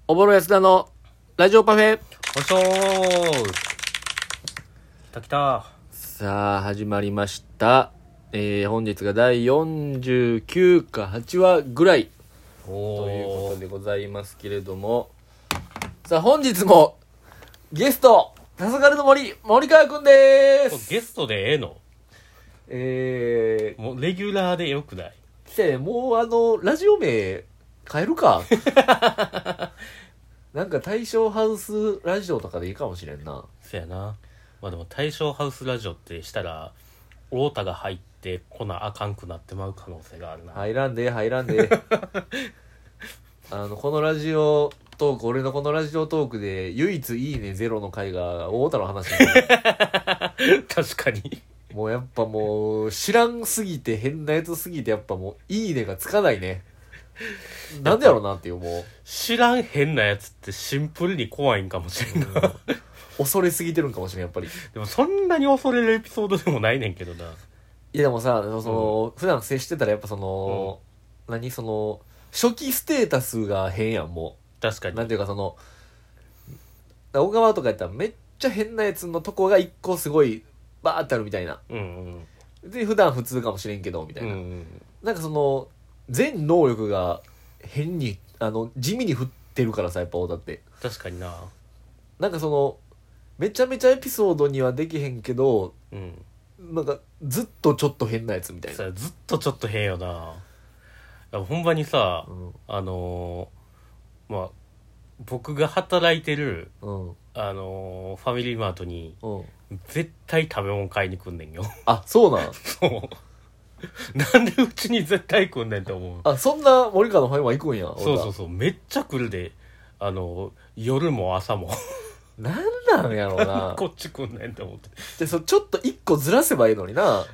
おぼろやすだのラジオパフェ。 おいしょー。来た来た。 さあ始まりました。本日が第49か8話ぐらいということでございますけれども、さあ本日もゲスト黄昏の森川くんでーす。 ゲストでええの？もうレギュラーでよくない？ もうラジオ名変えるかなんか大正ハウスラジオとかでいいかもしれんな。 そやな。まあでも大正ハウスラジオってしたら太田が入ってこなあかんくなってまう可能性があるな。 入らんでこのラジオトーク、俺のこのラジオトークで唯一いいねゼロの回が太田の話になる確かに。 もうやっぱもう知らんすぎて変なやつすぎてやっぱもういいねがつかないね。なんでやろうなっていう、もう知らん変なやつってシンプルに怖いんかもしれんな。 恐れすぎてるんかもしれんやっぱり。 でもそんなに恐れるエピソードでもないねんけどな。 いやでもさ、普段接してたらやっぱ初期ステータスが変やん。も確かに。 うなんていうか小川とかやったらめっちゃ変なやつのとこが一個すごいバーってあるみたいな。 うんで普段普通かもしれんけどみたいな、なんか全能力が変に地味に振ってるからさ、やっぱ太田って確かにな。 なんかめちゃめちゃエピソードにはできへんけど、なんかずっとちょっと変なやつみたいな。 さずっとちょっと変よな。ほんまにさ、まあ僕が働いてるファミリーマートに絶対食べ物買いに来んねんよ。 あ、そうなんそうなんでうちに絶対来んねんって思う。 あ、そんな森川のファミマ行くんや。 そうめっちゃ来るで。夜も朝もなんなんやろうなこっち来んねんって思って。 でちょっと一個ずらせばいいのにな。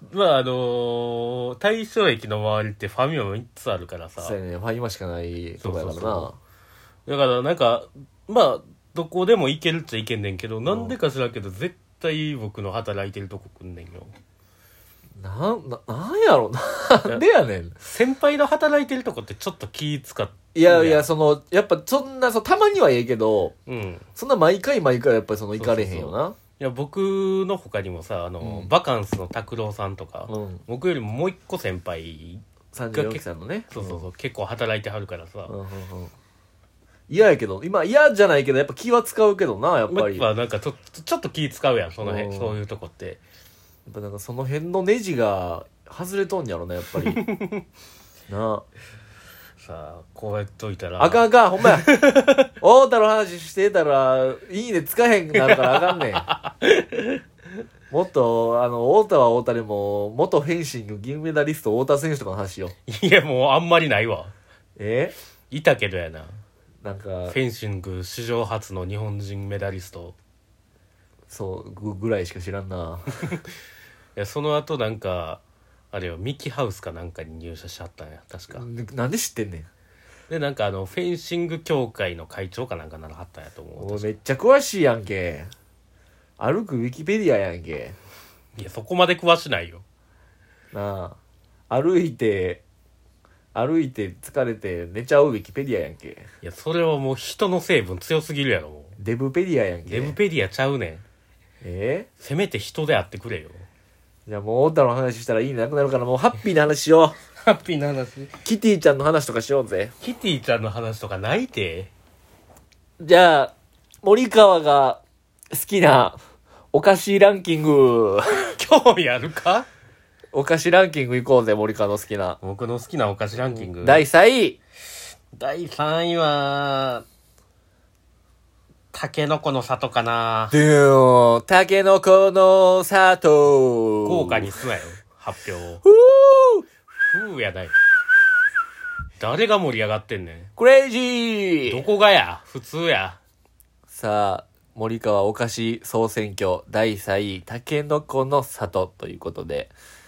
大正駅の周りってファミマも3つあるからさ。 そうやね、ファミマしかないとこやからな。 だからなんかどこでも行けるっちゃ行けんねんけど、なんでか知らんけど絶対僕の働いてるとこ来んねんよ。 なんやろなんでやねん。 先輩の働いてるとこってちょっと気使って。 いややっぱそんなたまにはええけど、そんな毎回やっぱり行かれへんよな。 いや僕の他にもさバカンスの拓郎さんとか、僕よりももう一個先輩が34期さんのね、 結構働いてはるからさ、 嫌やけど、今嫌じゃないけどやっぱ気は使うけどな、やっぱり。 なんかちょっと気使うやん、その辺、そういうとこって。 やっぱなんかその辺のネジが外れとんやろな、やっぱりなあ。 さあこうやっといたらあかんほんまや太田の話してたらいいねつかへんくなるからあかんねんもっと太田は太田でも元フェンシング銀メダリスト太田選手とかの話よ。 いやもうあんまりないわ。いたけどやな。 なんかフェンシング史上初の日本人メダリストぐらいしか知らんな。 いやその後なんかあれよ、ミキハウスかなんかに入社しちゃったんや確か。 なんで知ってんねん。 でなんかフェンシング協会の会長かなんかならはったんやと思う。 めっちゃ詳しいやんけ。歩くウィキペディアやんけ。 いやそこまで詳しないよなあ。歩いて疲れて寝ちゃうウィキペディアやんけ。 いやそれはもう人の成分強すぎるやろ。もうデブペディアやんけ。 デブペディアちゃうねん。せめて人であってくれよ。 じゃあもう太田の話したらいいねなくなるから、もうハッピーな話しよう。 ハッピーな話。 キティちゃんの話とかしようぜ。 キティちゃんの話とかないて。 じゃあ森川が好きなお菓子ランキング興味あるか。 お菓子ランキング行こうぜ。森川の好きな、 僕の好きなお菓子ランキング第3位。 第3位はタケノコの里かな。 タケノコの里。 豪華にすなよ発表を。ふうやない。誰が盛り上がってんねん。 クレイジー。 どこがや。普通や。 さあ森川お菓子総選挙第3位タケノコの里ということで、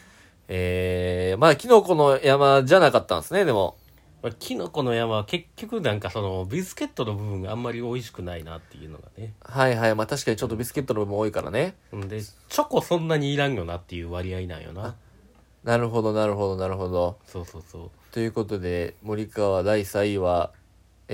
キノコの山じゃなかったんですね。でもキノコの山は結局なんかビスケットの部分があんまり美味しくないなっていうのがね。 はいはい、まあ確かにちょっとビスケットの部分多いからね。 でチョコそんなにいらんよなっていう割合なんよな。 なるほど。 そうということで森川第3位は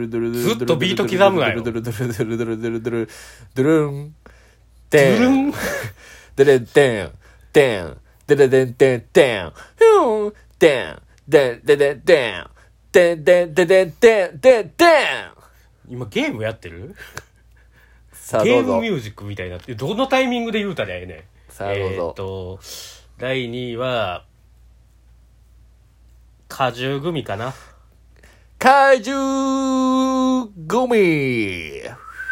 ずっとビート刻むなよ。 ドゥルドゥルドゥルドゥルドゥルドゥルドゥルンテンドゥルンデレンテンテンデレデンテンテンヒュンテンデンデデンテンテンデンデデンテンデンテン。 今ゲームやってる？ さあゲーどうぞ。 ムミュージックみたいになって、どのタイミングで言うたらええねん。 さあどうぞ。 第2位は、果汁グミかな。 果汁グミ。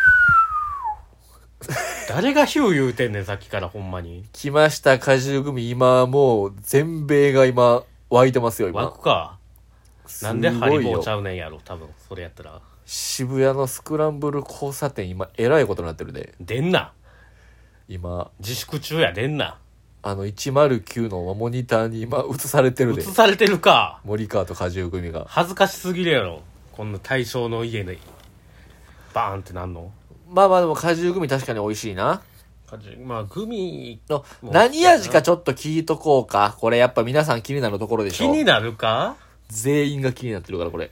誰がヒュー言うてんねん、さっきからほんまに。 来ました果汁グミ。今もう全米が今湧いてますよ今。 湧くか。なんでハリボーちゃうねんやろ、多分それやったら。 渋谷のスクランブル交差点今えらいことになってるで。 出んな。 今自粛中や、出んな。 109のモニターに今映されてるで。 映されてるか。 森川と果汁組が。 恥ずかしすぎるやろ、こんな対象の家でバーンってなんの。 まあまあでも果汁組確かに美味しいな。 まあグミの何味かちょっと聞いとこうか。これやっぱ皆さん気になるところでしょ。 気になるか。 全員が気になってるからこれ。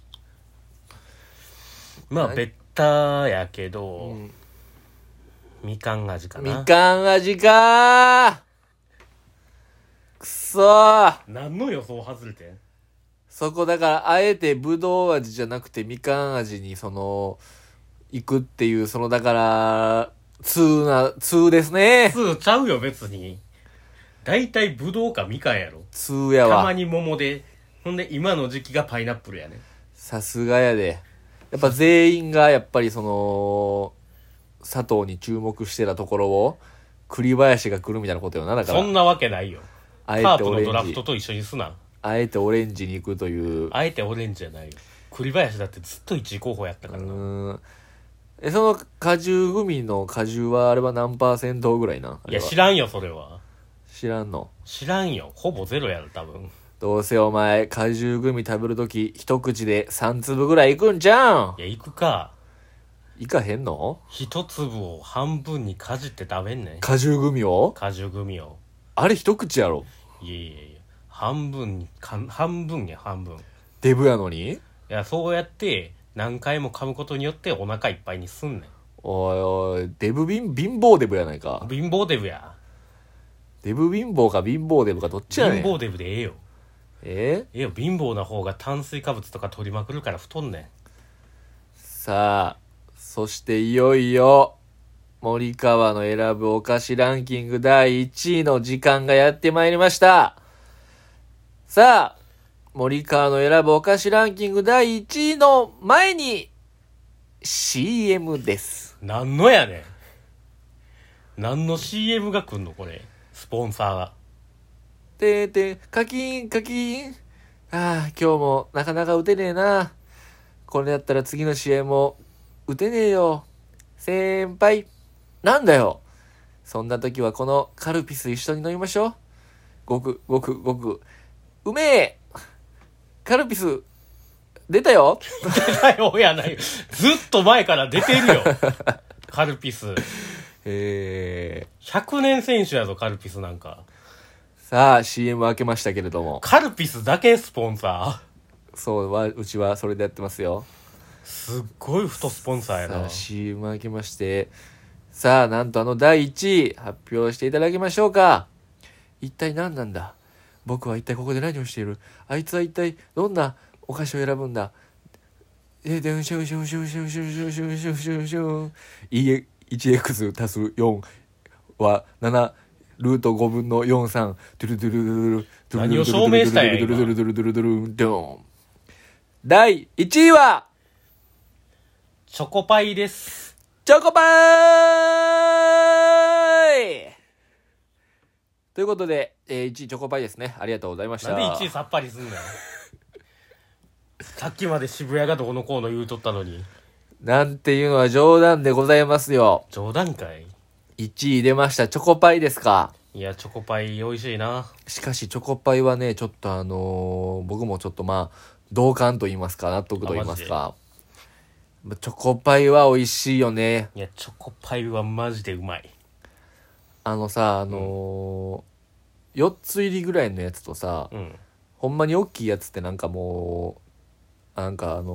まあベッタやけど、 うん、 みかん味かな。 みかん味かー。くそー。 何の予想外れてん。 そこだからあえてぶどう味じゃなくてみかん味に行くっていうだから通ですね。 通ちゃうよ別に。だいたいぶどうかみかんやろ。 通やわ。 たまに桃で、ほんで今の時期がパイナップルやね。 さすがやで。やっぱ全員がやっぱり佐藤に注目してたところを栗林が来るみたいなことよな。だからそんなわけないよ。 あえカープのてオレンジドラフトと一緒にすな。 あえてオレンジに行くという。 あえてオレンジじゃないよ。栗林だってずっと1位候補やったからな。 その果汁グミの果汁はあれは何%ぐらいな。 いや知らんよそれは。 知らんの。 知らんよ。ほぼゼロやろ多分。 どうせお前果汁グミ食べるとき一口で3粒ぐらいいくんじゃん。 いや行くか。 いかへんの？ 一粒を半分にかじって食べんねん。 果汁グミを果汁グミを。 あれ一口やろ。 いやいやいや。半分や半分。 デブやのに。 いやそうやって何回も噛むことによってお腹いっぱいにすんねん。 おいおい、貧乏デブやないか。 貧乏デブや。 デブ貧乏か貧乏デブかどっちやねん。 貧乏デブでええよ。 えええよ、貧乏な方が炭水化物とか取りまくるから太んねん。 さあ、そしていよいよ、森川の選ぶお菓子ランキング第1位の時間がやってまいりました。さあ、森川の選ぶお菓子ランキング第1位の前に、CM です。 なんのやねん。なんの CM が来んのこれ。スポンサーが。 カキン、カキン。ああ、今日もなかなか打てねえな。これだったら次の試合も打てねえよ。先輩。なんだよ。そんな時はこのカルピス一緒に飲みましょう。ごく、ごく、ごく。うめえ。カルピス、出たよ。 出たよやないよ。ずっと前から出てるよ。カルピス。100年選手やぞ、カルピスなんか。 さあ、CM 開けましたけれども。 カルピスだけスポンサそうは、うちはそれでやってますよ。 ー。すっごい太スポンサーやな。 さあ、CM 開けまして。さあ、なんと第1位、発表していただきましょうか。一体何なんだ？僕は一体ここで何をしている？あいつは一体どんなお菓子を選ぶんだ？でんしゅんしゅんしゅんしゅんしゅんしゅんしゅんしゅんしゅんしゅん。1x 足す4は7ルート5分の43。ドゥルドゥルドゥルドゥル。 何を証明したんや今。 ドゥルドゥルドゥルドゥルドゥルドゥン。第1位はチョコパイです。 チョコパイ。 ということで、1位チョコパイですね。ありがとうございました。 なんで1位さっぱりすんだよさっきまで渋谷がどうのこうの言うとったのに。 なんていうのは冗談でございますよ。 冗談かい。 1位出ました。チョコパイですか。 いや、チョコパイ美味しいな。 しかしチョコパイはね、ちょっと僕もちょっとまあ、同感と言いますか、納得と言いますか。チョコパイは美味しいよね。 いや、チョコパイはマジでうまい。 4つ入りぐらいのやつとさ、 うん。 ほんまに大きいやつってなんかもう、なんか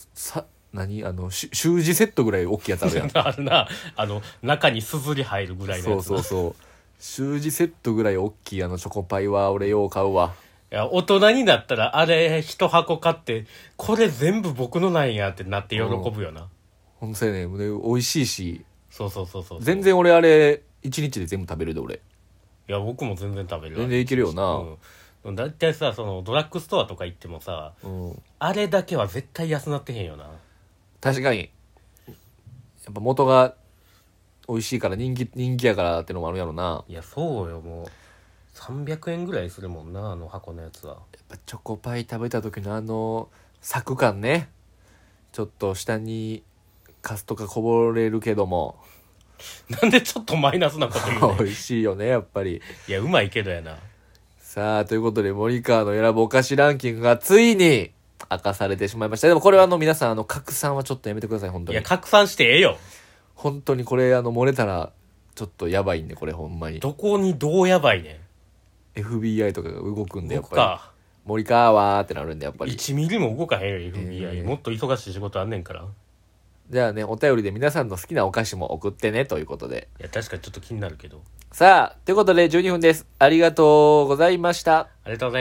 習字セットぐらい大きいやつあるやん。 あるな。中にすずり入るぐらいのやつな。 そうそうそう。習字セットぐらい大きいチョコパイは俺よう買うわ。 いや、大人になったらあれ一箱買って、これ全部僕のなんやってなって喜ぶよな。 ほんとそうやね。で美味しいし、 そうそうそうそう。 全然俺あれ、1日で全部食べるで俺。 いや、僕も全然食べる。 全然いけるよな。 うん。だいたいさ、ドラッグストアとか行ってもさ、あれだけは絶対安なってへんよな。 確かに。やっぱ元が美味しいから人気やからってのもあるやろな。 いや、そうよ、もう。300円ぐらいするもんな、箱のやつは。 やっぱチョコパイ食べた時のサク感ね。ちょっと下にカスとかこぼれるけども。 なんでちょっとマイナスなこと言うねん。 美味しいよね、やっぱり。 いや、うまいけどやな。 さあ、ということで森川の選ぶお菓子ランキングがついに明かされてしまいました。でもこれは皆さん拡散はちょっとやめてください、本当に。 いや、拡散してええよ。 本当にこれ漏れたらちょっとやばいんで、これほんまに。 どこにどうやばいねん。 FBI とかが動くんで、やっぱり。 動くか。 森川ってなるんで、やっぱり。 1ミリも動かへんよ FBI、もっと忙しい仕事あんねんから。 じゃあね、お便りで皆さんの好きなお菓子も送ってね、ということで。 いや、確かにちょっと気になるけど。 さあ、ということで12分です。ありがとうございました。 ありがとうございます。